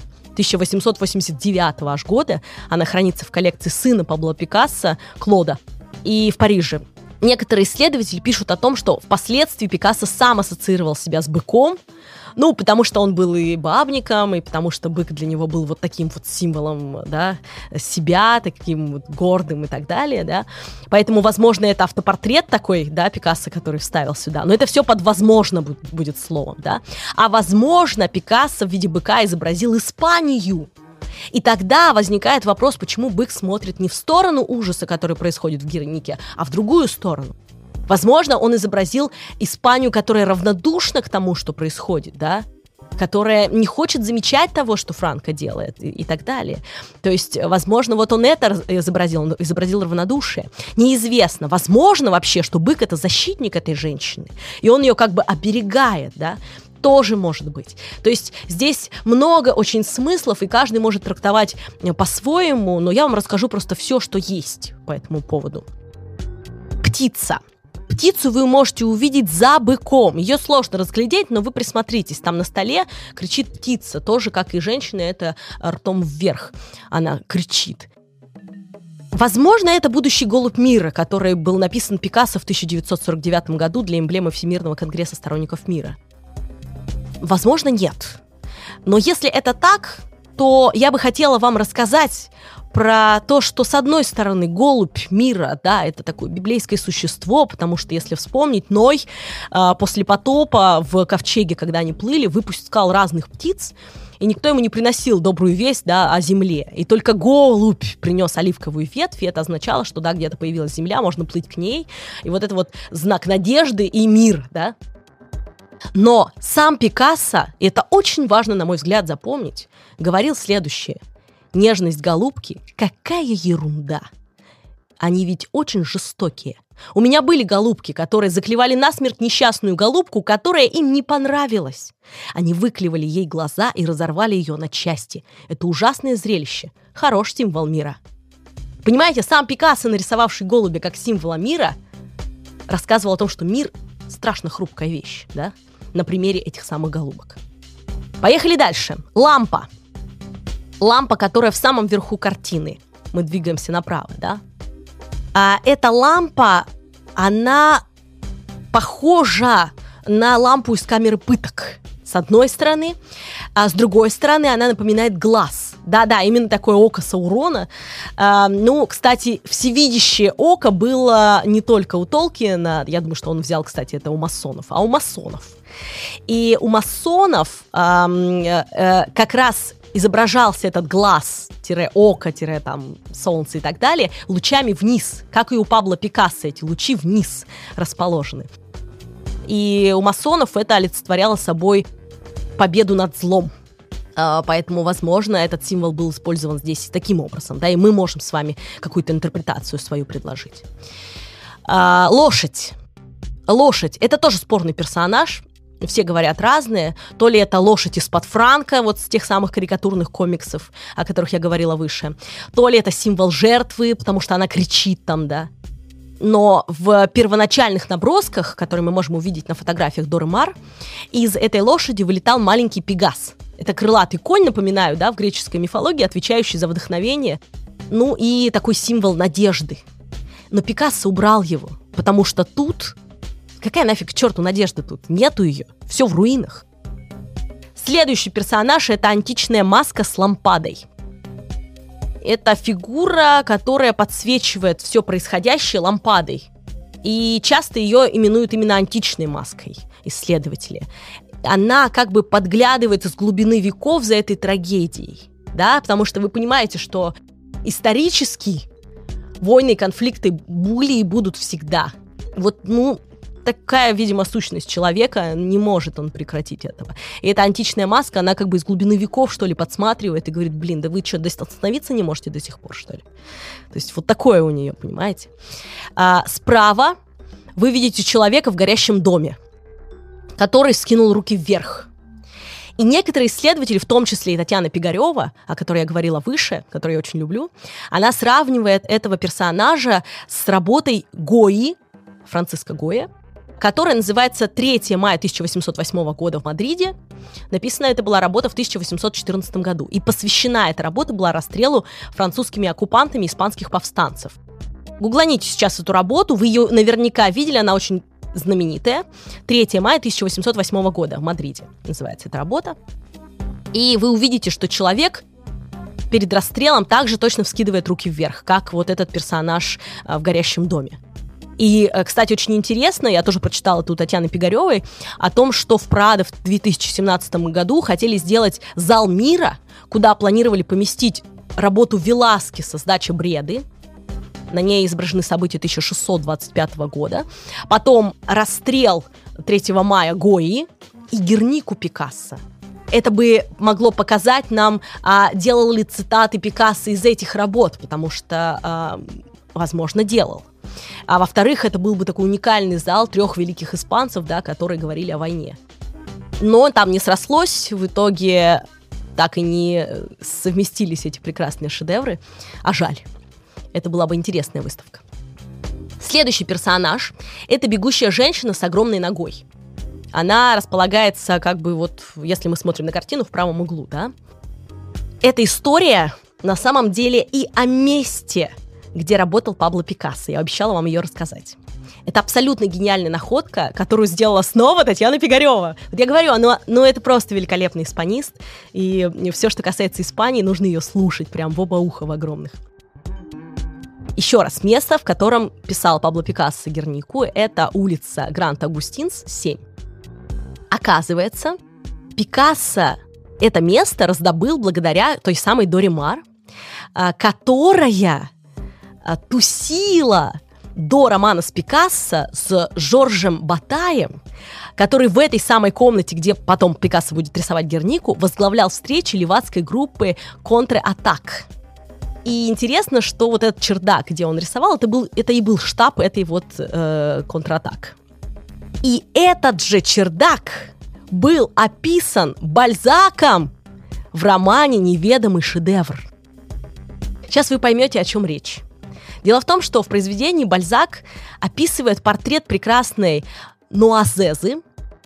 1889 аж года. Она хранится в коллекции сына Пабло Пикассо, Клода, и в Париже. Некоторые исследователи пишут о том, что впоследствии Пикассо сам ассоциировал себя с быком, ну, потому что он был и бабником, и потому что бык для него был вот таким вот символом, да, себя, таким вот гордым и так далее, да. Поэтому, возможно, это автопортрет такой, да, Пикассо, который вставил сюда. Но это все под «возможно» будет словом, да. А, возможно, Пикассо в виде быка изобразил Испанию. И тогда возникает вопрос, почему бык смотрит не в сторону ужаса, который происходит в Гернике, а в другую сторону. Возможно, он изобразил Испанию, которая равнодушна к тому, что происходит, да, которая не хочет замечать того, что Франко делает, и так далее. То есть, возможно, вот он это изобразил равнодушие. Неизвестно. Возможно вообще, что бык — это защитник этой женщины, и он ее как бы оберегает, да. Тоже может быть. То есть здесь много очень смыслов, и каждый может трактовать по-своему, но я вам расскажу просто все, что есть по этому поводу. Птица. Птицу вы можете увидеть за быком. Ее сложно разглядеть, но вы присмотритесь. Там на столе кричит птица. Тоже, как и женщина, это ртом вверх. Она кричит. Возможно, это будущий голубь мира, который был написан Пикассо в 1949 году для эмблемы Всемирного конгресса сторонников мира. Возможно, нет. Но если это так, то я бы хотела вам рассказать про то, что, с одной стороны, голубь мира, да, это такое библейское существо, потому что, если вспомнить, Ной после потопа в ковчеге, когда они плыли, выпускал разных птиц, и никто ему не приносил добрую весть, да, о земле. И только голубь принес оливковую ветвь, и это означало, что, да, где-то появилась земля, можно плыть к ней. И вот это вот знак надежды и мир, да. Но сам Пикассо, и это очень важно, на мой взгляд, запомнить, говорил следующее. Нежность голубки – какая ерунда. Они ведь очень жестокие. У меня были голубки, которые заклевали насмерть несчастную голубку, которая им не понравилась. Они выклевали ей глаза и разорвали ее на части. Это ужасное зрелище. Хорош символ мира. Понимаете, сам Пикассо, нарисовавший голубя как символа мира, рассказывал о том, что мир – страшно хрупкая вещь, да? На примере этих самых голубок. Поехали дальше. Лампа. Лампа, которая в самом верху картины. Мы двигаемся направо, да? Эта лампа, она похожа на лампу из камеры пыток, с одной стороны, а с другой стороны она напоминает глаз. Да-да, именно такое око Саурона. Кстати, всевидящее око было не только у Толкиена, я думаю, что он взял, кстати, это у масонов, а у масонов. И у масонов как раз изображался этот глаз, око, солнце и так далее, лучами вниз, как и у Пабло Пикассо, эти лучи вниз расположены. И у масонов это олицетворяло собой победу над злом. Поэтому, возможно, этот символ был использован здесь таким образом, да, и мы можем с вами какую-то интерпретацию свою предложить. Лошадь. Лошадь – это тоже спорный персонаж. Все говорят разные. То ли это лошадь из-под Франка, вот с тех самых карикатурных комиксов, о которых я говорила выше. То ли это символ жертвы, потому что она кричит там, да. Но в первоначальных набросках, которые мы можем увидеть на фотографиях Доры Мар, из этой лошади вылетал маленький пегас. Это крылатый конь, напоминаю, да, в греческой мифологии, отвечающий за вдохновение. И такой символ надежды. Но Пикассо убрал его, потому что тут... Какая нафиг к черту надежда тут? Нету ее. Все в руинах. Следующий персонаж – это античная маска с лампадой. Это фигура, которая подсвечивает все происходящее лампадой. И часто ее именуют именно античной маской исследователи. Она как бы подглядывает из глубины веков за этой трагедией. Да? Потому что вы понимаете, что исторически войны и конфликты были и будут всегда. Такая, видимо, сущность человека, не может он прекратить этого. И эта античная маска, она как бы из глубины веков, что ли, подсматривает и говорит, да вы что, остановиться не можете до сих пор, что ли? То есть вот такое у нее, понимаете? Справа вы видите человека в горящем доме, который скинул руки вверх. И некоторые исследователи, в том числе и Татьяна Пигарева, о которой я говорила выше, которую я очень люблю, она сравнивает этого персонажа с работой Гойи, Франциско Гойя, которая называется «3 мая 1808 года в Мадриде». Написана это была работа в 1814 году. И посвящена эта работа была расстрелу французскими оккупантами испанских повстанцев. Гугланите сейчас эту работу, вы ее наверняка видели, она очень знаменитая. 3 мая 1808 года в Мадриде называется эта работа. И вы увидите, что человек перед расстрелом также точно вскидывает руки вверх, как вот этот персонаж в горящем доме. И, кстати, очень интересно, я тоже прочитала тут Татьяны Пигаревой, о том, что в Прадо в 2017 году хотели сделать зал мира, куда планировали поместить работу Веласкеса «Сдача Бреды». На ней изображены события 1625 года. Потом расстрел 3 мая Гойи и Гернику Пикассо. Это бы могло показать нам, делал ли цитаты Пикассо из этих работ, потому что, возможно, делал. А во-вторых, это был бы такой уникальный зал 3 великих испанцев, да, которые говорили о войне. Но там не срослось, в итоге так и не совместились эти прекрасные шедевры. А жаль. Это была бы интересная выставка. Следующий персонаж – это бегущая женщина с огромной ногой. Она располагается, как бы вот, если мы смотрим на картину, в правом углу, да. Эта история на самом деле и о месте, где работал Пабло Пикассо. Я обещала вам ее рассказать. Это абсолютно гениальная находка, которую сделала снова Татьяна Пигарева. Вот я говорю, это просто великолепный испанист, и все, что касается Испании, нужно ее слушать прям в оба уха в огромных. Еще раз, место, в котором писал Пабло Пикассо Гернику, это улица Гранд Агустинс, 7. Оказывается, Пикассо это место раздобыл благодаря той самой Дори Мар, которая тусила до романа с Пикассо с Жоржем Батаем, который в этой самой комнате, где потом Пикассо будет рисовать Гернику, возглавлял встречи ливадской группы «Контр-Атак». И интересно, что вот этот чердак, где он рисовал, это и был штаб этой вот «Контр-Атак». И этот же чердак был описан Бальзаком в романе «Неведомый шедевр». Сейчас вы поймете, о чем речь. Дело в том, что в произведении Бальзак описывает портрет прекрасной Нуазезы,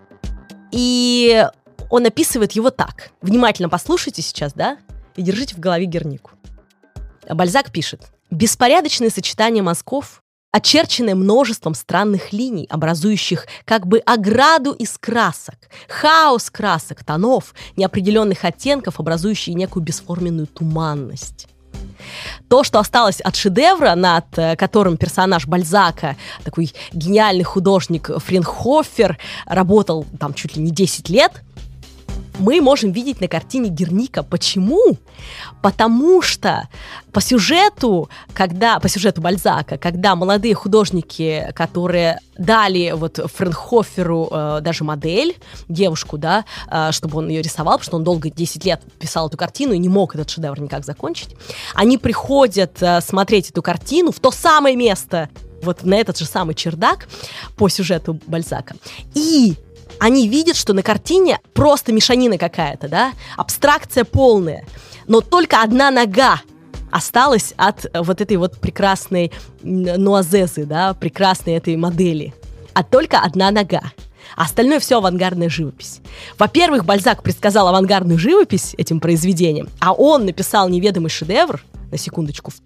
и он описывает его так. Внимательно послушайте сейчас, да, и держите в голове Гернику. Бальзак пишет: «Беспорядочное сочетание мазков, очерченное множеством странных линий, образующих как бы ограду из красок, хаос красок, тонов, неопределенных оттенков, образующие некую бесформенную туманность». То, что осталось от шедевра, над которым персонаж Бальзака, такой гениальный художник Френхофер, работал там чуть ли не 10 лет, мы можем видеть на картине Герника. Почему? Потому что по сюжету Бальзака, когда молодые художники, которые дали вот Френхоферу даже модель, девушку, да, чтобы он ее рисовал, потому что он долго, 10 лет писал эту картину и не мог этот шедевр никак закончить, они приходят смотреть эту картину в то самое место, вот на этот же самый чердак по сюжету Бальзака, и они видят, что на картине просто мешанина какая-то, да, абстракция полная, но только одна нога осталась от вот этой вот прекрасной Нуазезы, да, прекрасной этой модели, а только одна нога. А остальное все авангардная живопись. Во-первых, Бальзак предсказал авангардную живопись этим произведением, а он написал «Неведомый шедевр», на секундочку, в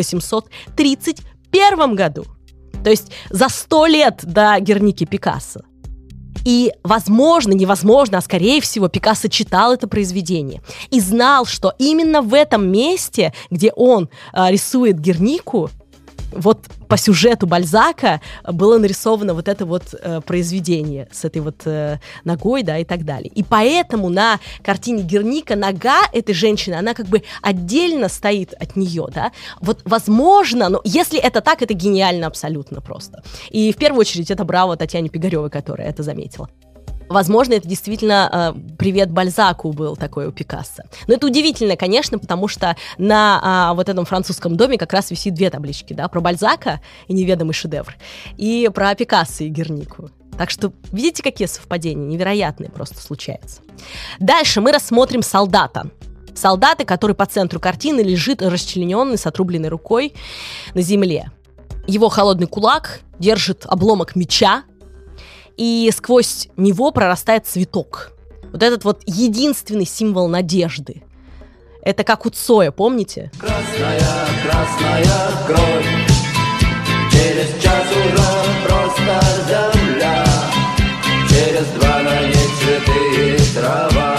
1831 году. То есть за 100 лет до Герники Пикассо. И, возможно, невозможно, а скорее всего, Пикассо читал это произведение и знал, что именно в этом месте, где он рисует Гернику, вот по сюжету Бальзака было нарисовано вот это вот произведение с этой вот ногой, да, и так далее. И поэтому на картине Герника нога этой женщины, она как бы отдельно стоит от нее, да. Вот возможно, но если это так, это гениально абсолютно просто. И в первую очередь это браво Татьяне Пигаревой, которая это заметила. Возможно, это действительно привет Бальзаку был такой у Пикассо. Но это удивительно, конечно, потому что на вот этом французском доме как раз висит 2 таблички, да, про Бальзака и «Неведомый шедевр», и про Пикассо и Гернику. Так что видите, какие совпадения невероятные просто случаются. Дальше мы рассмотрим солдата. Солдата, который по центру картины лежит расчлененный с отрубленной рукой на земле. Его холодный кулак держит обломок меча, и сквозь него прорастает цветок. Вот этот вот единственный символ надежды. Это как у Цоя, помните? Красная, красная кровь, через час уже просто земля, через 2 на ней цветы и трава,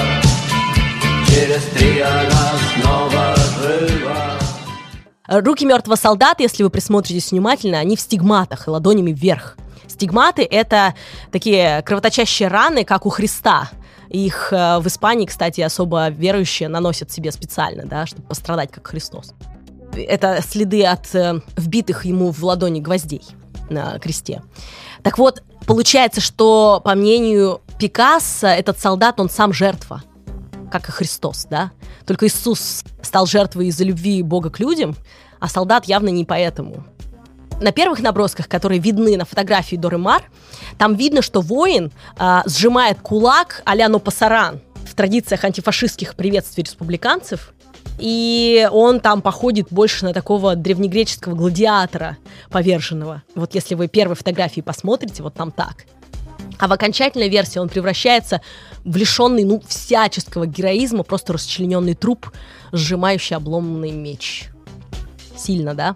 через 3 она снова жива. Руки мертвого солдата, если вы присмотритесь внимательно, они в стигматах и ладонями вверх. Стигматы — это такие кровоточащие раны, как у Христа. Их в Испании, кстати, особо верующие наносят себе специально, да, чтобы пострадать, как Христос. Это следы от вбитых ему в ладони гвоздей на кресте. Так вот, получается, что, по мнению Пикассо, этот солдат, он сам жертва, как и Христос, да? Только Иисус стал жертвой из-за любви Бога к людям, а солдат явно не поэтому. На первых набросках, которые видны на фотографии Доры Мар, там видно, что воин сжимает кулак а-ля Нопассаран в традициях антифашистских приветствий республиканцев, и он там походит больше на такого древнегреческого гладиатора поверженного. Вот если вы первые фотографии посмотрите, вот там так. А в окончательной версии он превращается в лишенный, всяческого героизма, просто расчлененный труп, сжимающий обломанный меч. Сильно, да?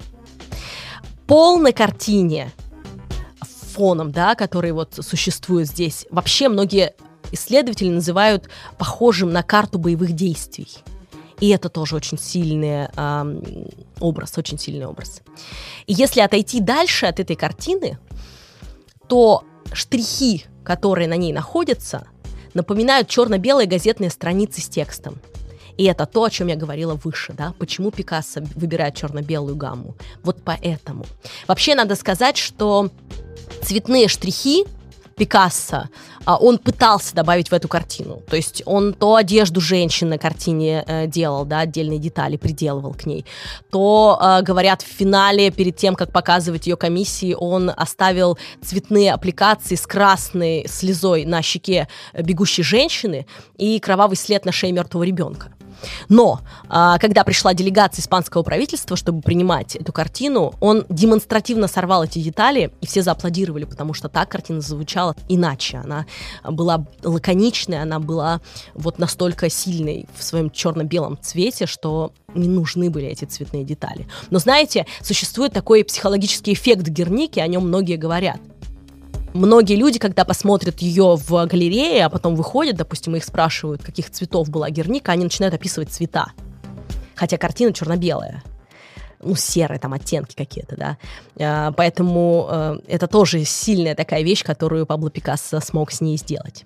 Пол на картине фоном, да, который вот существует здесь, вообще многие исследователи называют похожим на карту боевых действий. И это тоже очень сильный образ, очень сильный образ. И если отойти дальше от этой картины, то штрихи, которые на ней находятся, напоминают черно-белые газетные страницы с текстом. И это то, о чем я говорила выше, да, почему Пикассо выбирает черно-белую гамму. Вот поэтому. Вообще надо сказать, что цветные штрихи Пикассо он пытался добавить в эту картину. То есть он то одежду женщин на картине делал, да, отдельные детали приделывал к ней, то, говорят, в финале, перед тем, как показывать ее комиссии, он оставил цветные аппликации с красной слезой на щеке бегущей женщины и кровавый след на шее мертвого ребенка. Но, когда пришла делегация испанского правительства, чтобы принимать эту картину, он демонстративно сорвал эти детали, и все зааплодировали, потому что так картина звучала иначе. Она была лаконичной, она была вот настолько сильной в своем черно-белом цвете, что не нужны были эти цветные детали. Но, знаете, существует такой психологический эффект Герники, о нем многие говорят. Многие люди, когда посмотрят ее в галерее, а потом выходят, допустим, их спрашивают, каких цветов была Герника, они начинают описывать цвета. Хотя картина черно-белая. Ну, серые там оттенки какие-то, да. Поэтому это тоже сильная такая вещь, которую Пабло Пикассо смог с ней сделать.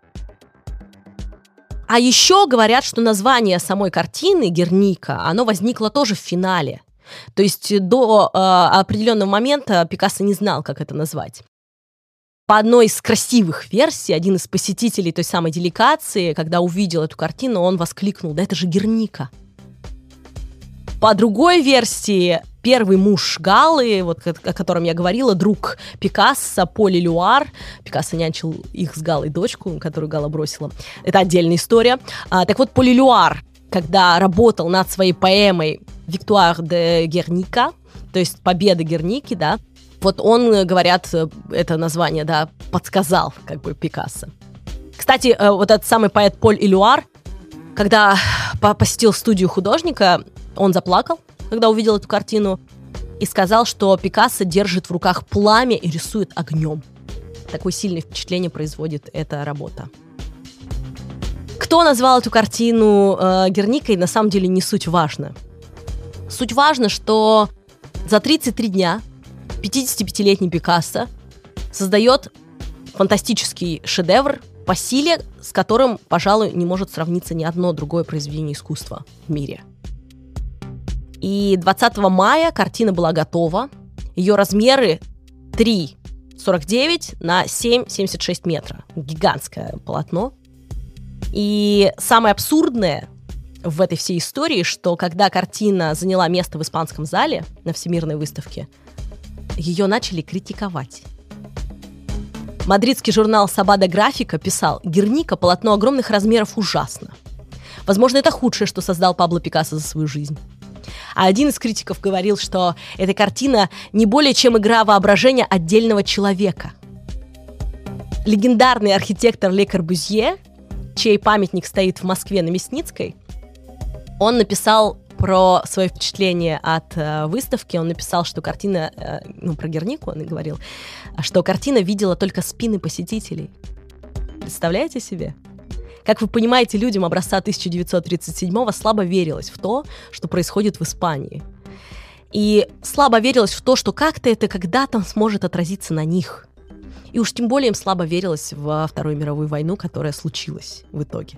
А еще говорят, что название самой картины «Герника», оно возникло тоже в финале. То есть до определенного момента Пикассо не знал, как это назвать. По одной из красивых версий, один из посетителей той самой делегации, когда увидел эту картину, он воскликнул: «Да это же Герника!» По другой версии, первый муж Галлы, вот о котором я говорила, друг Пикассо, Поль Элюар, Пикассо нянчил их с Галлой дочку, которую Галла бросила. Это отдельная история. Так вот, Поль Элюар, когда работал над своей поэмой «Victoire de Guernica», то есть «Победа Герники», да, вот он, говорят, это название, да, подсказал как бы Пикассо. Кстати, вот этот самый поэт Поль Элюар, когда посетил студию художника, он заплакал, когда увидел эту картину, и сказал, что Пикассо держит в руках пламя и рисует огнем. Такое сильное впечатление производит эта работа. Кто назвал эту картину Герникой, на самом деле не суть важно. Суть важно, что за 33 дня 55-летний Пикассо создает фантастический шедевр по силе, с которым, пожалуй, не может сравниться ни одно другое произведение искусства в мире. И 20 мая картина была готова. Ее размеры 3,49 на 7,76 метра. Гигантское полотно. И самое абсурдное в этой всей истории, что когда картина заняла место в Испанском зале на Всемирной выставке, ее начали критиковать. Мадридский журнал «Сабада Графика» писал: «Герника, полотно огромных размеров, ужасно. Возможно, это худшее, что создал Пабло Пикассо за свою жизнь». А один из критиков говорил, что эта картина не более чем игра воображения отдельного человека. Легендарный архитектор Ле Корбюзье, чей памятник стоит в Москве на Мясницкой, он написал про свое впечатление от выставки. Он написал, что картина, про Гернику он и говорил, что картина видела только спины посетителей. Представляете себе? Как вы понимаете, людям образца 1937-го слабо верилось в то, что происходит в Испании. И слабо верилось в то, что как-то это когда-то сможет отразиться на них. И уж тем более им слабо верилось во Вторую мировую войну, которая случилась в итоге.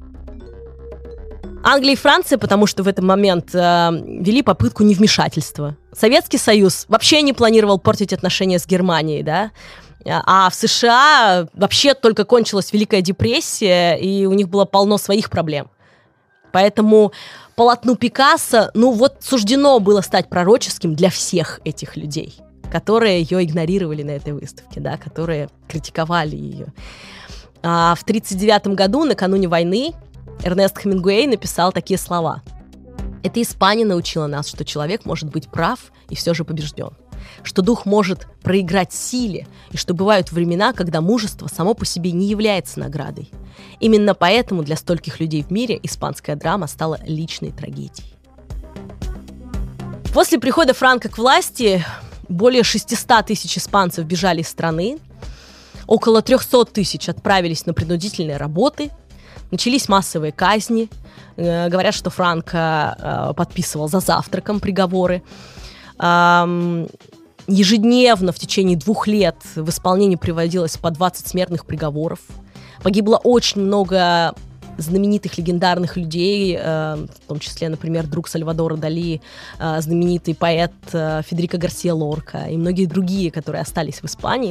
Англия и Франция, потому что в этот момент вели попытку невмешательства. Советский Союз вообще не планировал портить отношения с Германией, да? А в США вообще только кончилась Великая депрессия, и у них было полно своих проблем. Поэтому полотну Пикассо, суждено было стать пророческим для всех этих людей, которые ее игнорировали на этой выставке, да, которые критиковали ее. А в 1939 году, накануне войны, Эрнест Хемингуэй написал такие слова: «Эта Испания научила нас, что человек может быть прав и все же побежден, что дух может проиграть силе, и что бывают времена, когда мужество само по себе не является наградой. Именно поэтому для стольких людей в мире испанская драма стала личной трагедией». После прихода Франко к власти более 600 тысяч испанцев бежали из страны, около 300 тысяч отправились на принудительные работы, начались массовые казни. Говорят, что Франко подписывал за завтраком приговоры. Ежедневно в течение 2 лет в исполнение приводилось по 20 смертных приговоров. Погибло очень много знаменитых, легендарных людей, в том числе, например, друг Сальвадора Дали, знаменитый поэт Федерико Гарсия Лорка и многие другие, которые остались в Испании.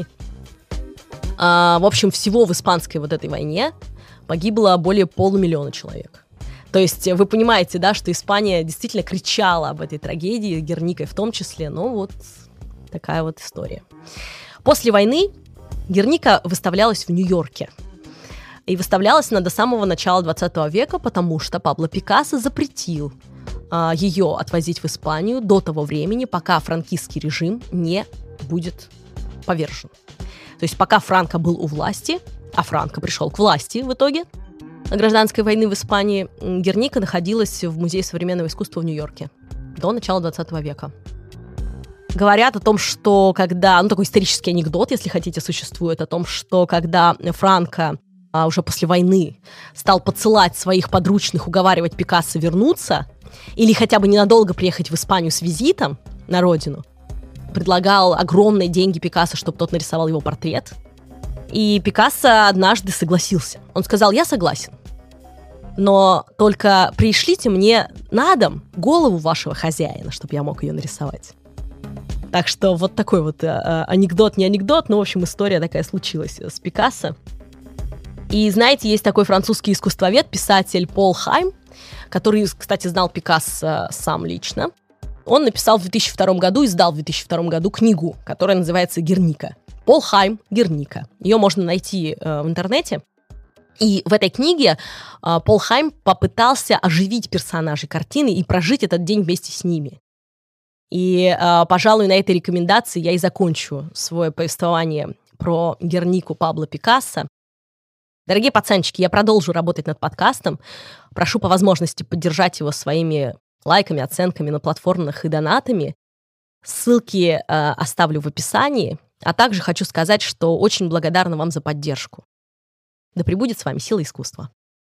В общем, всего в испанской вот этой войне погибло более 500 000 человек. То есть вы понимаете, да, что Испания действительно кричала об этой трагедии, Герникой в том числе, но вот такая вот история. После войны Герника выставлялась в Нью-Йорке. И выставлялась она до самого начала 20 века, потому что Пабло Пикассо запретил ее отвозить в Испанию до того времени, пока франкистский режим не будет повержен. То есть пока Франко был у власти, а Франко пришел к власти в итоге гражданской войны в Испании, Герника находилась в Музее современного искусства в Нью-Йорке до начала 20 века. Говорят о том, что когда... такой исторический анекдот, если хотите, существует, о том, что когда Франко уже после войны стал подсылать своих подручных, уговаривать Пикассо вернуться или хотя бы ненадолго приехать в Испанию с визитом на родину, предлагал огромные деньги Пикассо, чтобы тот нарисовал его портрет. И Пикассо однажды согласился. Он сказал: я согласен, но только пришлите мне на дом голову вашего хозяина, чтобы я мог ее нарисовать. Так что вот такой вот анекдот, не анекдот, но, в общем, история такая случилась с Пикассо. И, знаете, есть такой французский искусствовед, писатель Пол Хайм, который, кстати, знал Пикассо сам лично. Он написал в 2002 году, издал в 2002 году книгу, которая называется «Герника». Пол Хайм «Герника». Ее можно найти в интернете. И в этой книге Пол Хайм попытался оживить персонажей картины и прожить этот день вместе с ними. И, пожалуй, на этой рекомендации я и закончу свое повествование про Гернику Пабло Пикассо. Дорогие пацанчики, я продолжу работать над подкастом. Прошу по возможности поддержать его своими лайками, оценками на платформах и донатами. Ссылки оставлю в описании. А также хочу сказать, что очень благодарна вам за поддержку. Да пребудет с вами сила искусства.